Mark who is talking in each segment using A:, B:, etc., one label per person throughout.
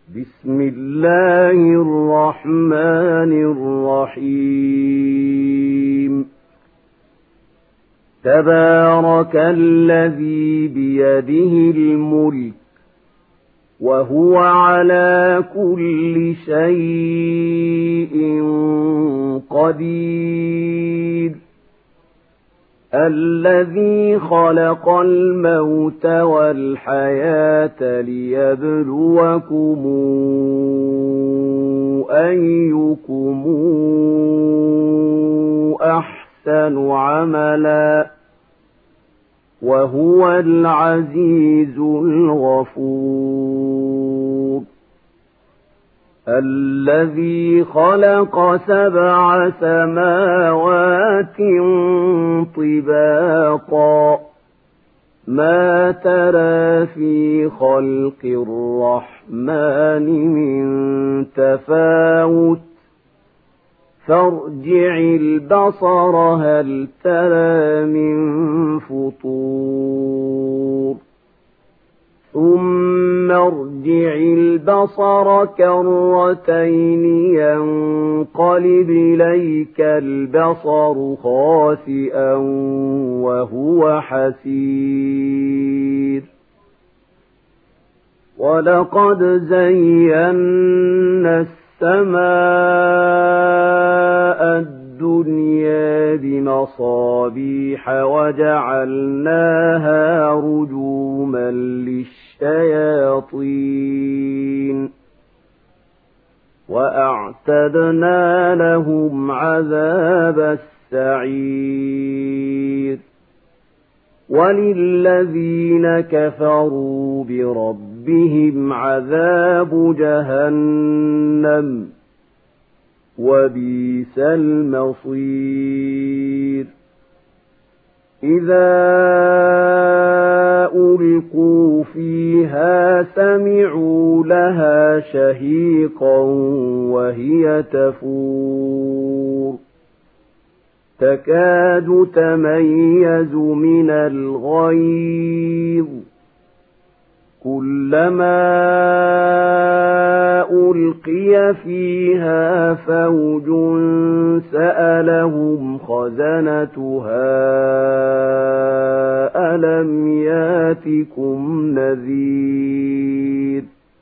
A: بسم الله الرحمن الرحيم تبارك الذي بيده الملك وهو على كل شيء قدير الذي خلق الموت والحياة ليبلوكم أيكم أحسن عملا وهو العزيز الغفور الذي خلق 7 سماوات طباقا ما ترى في خلق الرحمن من تفاوت فارجع البصر هل ترى من فطور ثم ارجع البصر كرتين ينقلب إليك البصر خاسئا وهو حسير ولقد زينا السماء الدنيا بمصابيح وجعلناها رجوما للشياطين وأعتدنا لهم عذاب السعير وللذين كفروا بربهم عذاب جهنم وبئس المصير إذا ألقوا فيها سمعوا لها شهيقا وهي تفور تكاد تميز من الغيظ كلما ألقي فيها فوج سألهم خزنتها ألم ياتكم نذير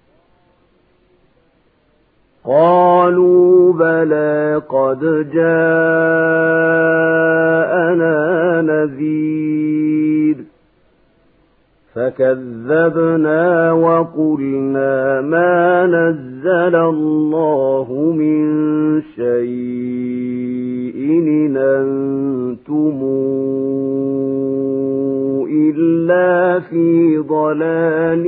A: قالوا بلى قد جاءنا نذير فكذبنا وقلنا ما نزل الله من شيء إن أنتم إلا في ضلال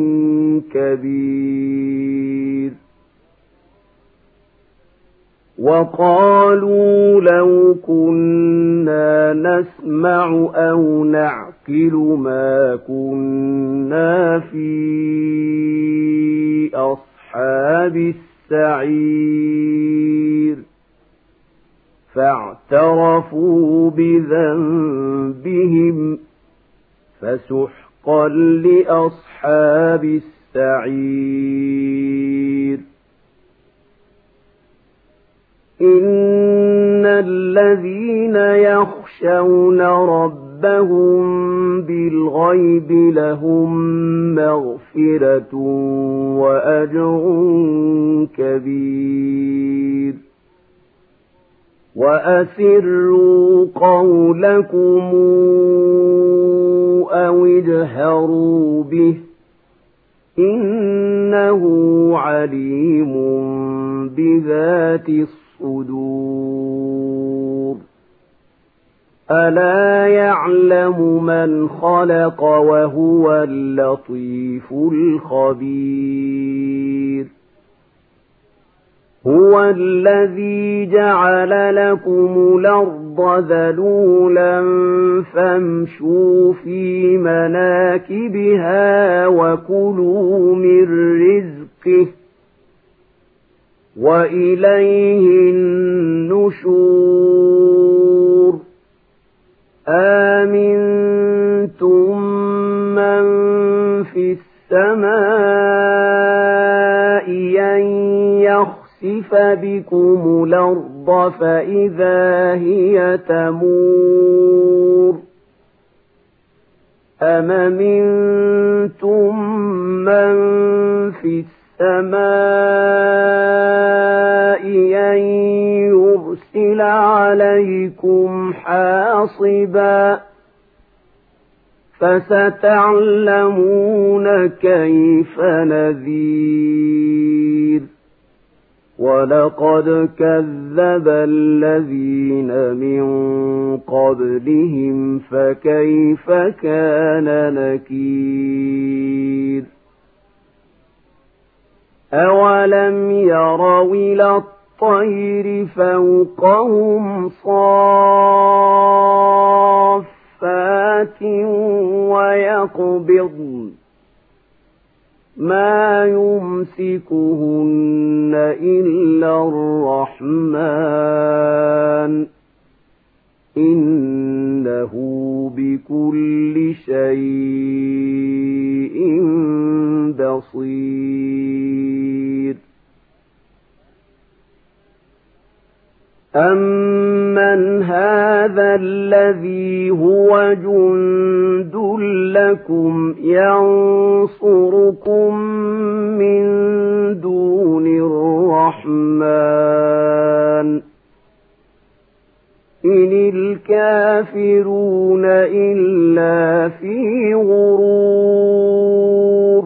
A: كبير وقالوا لو كنا نسمع أو نعقل ما كنا في أصحاب السعير فاعترفوا بذنبهم فسحقا لأصحاب السعير إن الذين يخشون ربهم بالغيب لهم مغفرة وأجر كبير وأسروا قولكم أو اجهروا به إنه عليم بذات الصدور ألا يعلم من خلق وهو اللطيف الخبير هو الذي جعل لكم الأرض ذلولا فامشوا في مناكبها وكلوا من رزقه وإليه النشور آمنتم من في السماء يخسف بكم الأرض فإذا هي تمور أم أمنتم من في السماء أن يرسل عليكم حاصبا فستعلمون كيف نذير ولقد كذب الذين من قبلهم فكيف كان نكير أولم يروا إلى الطير فوقهم صافات ويقبضن ما يمسكهن إلا الرحمن إنه بكل شيء بصير أمن هذا الذي هو جند لكم ينصركم من دون الرحمن إن الكافرون إلا في غرور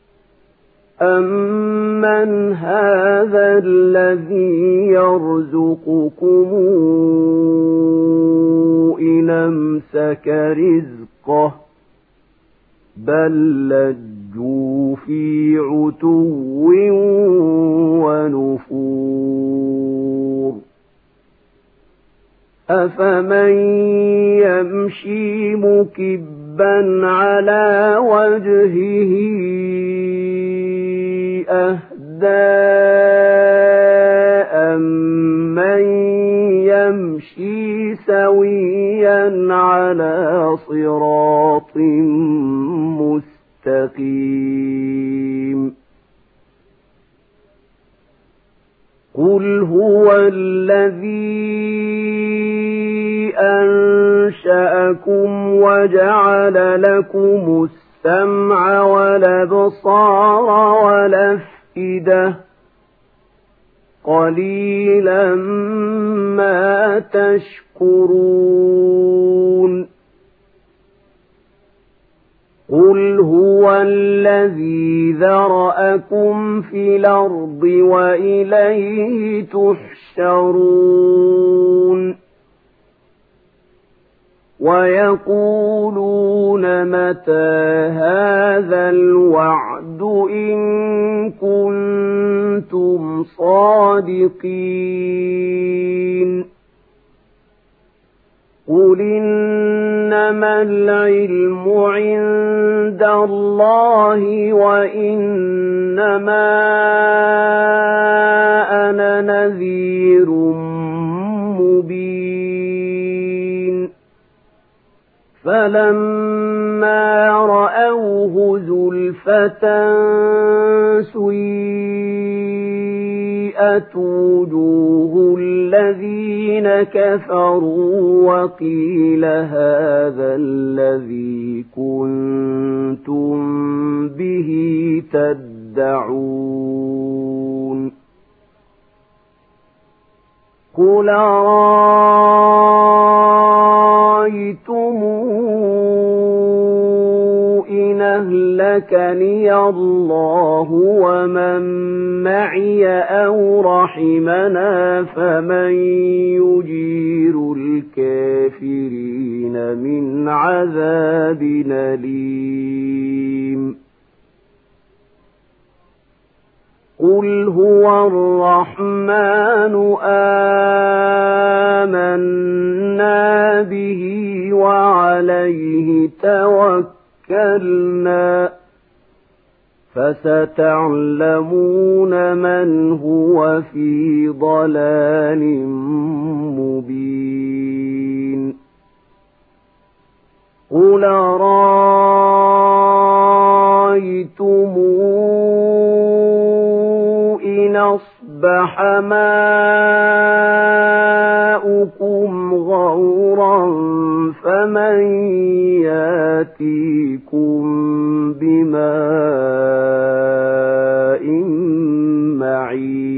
A: أمن هذا الذي يرزقكم إن أمسك رزقه بل لجوا في عتو ونفور أفمن يمشي مكبا على وجهه أهدى أمن يمشي سويا على صراط مستقيم قل هو الذي أنشأكم وجعل لكم السمع والأبصار والأفئدة قليلا ما تشكرون قل هو الذي ذرأكم في الأرض وإليه تحشرون ويقولون متى هذا الوعد إن كنتم صادقين قل إنما العلم عند الله وإنما أنا نذير مبين فلما رأوه زلفة سيئت وجوه الذين كفروا وقيل هذا الذي كنتم به تدعون قل رأيتم إن أهلكني الله ومن معي أو رحمنا فمن يجير الكافرين من عذاب أليم قل هو الرحمن آمنا به وعليه توكلنا فستعلمون من هو في ضلال مبين قل رأيتم إن أصبح أصبح ماؤكم غورا فمن ياتيكم بماء معين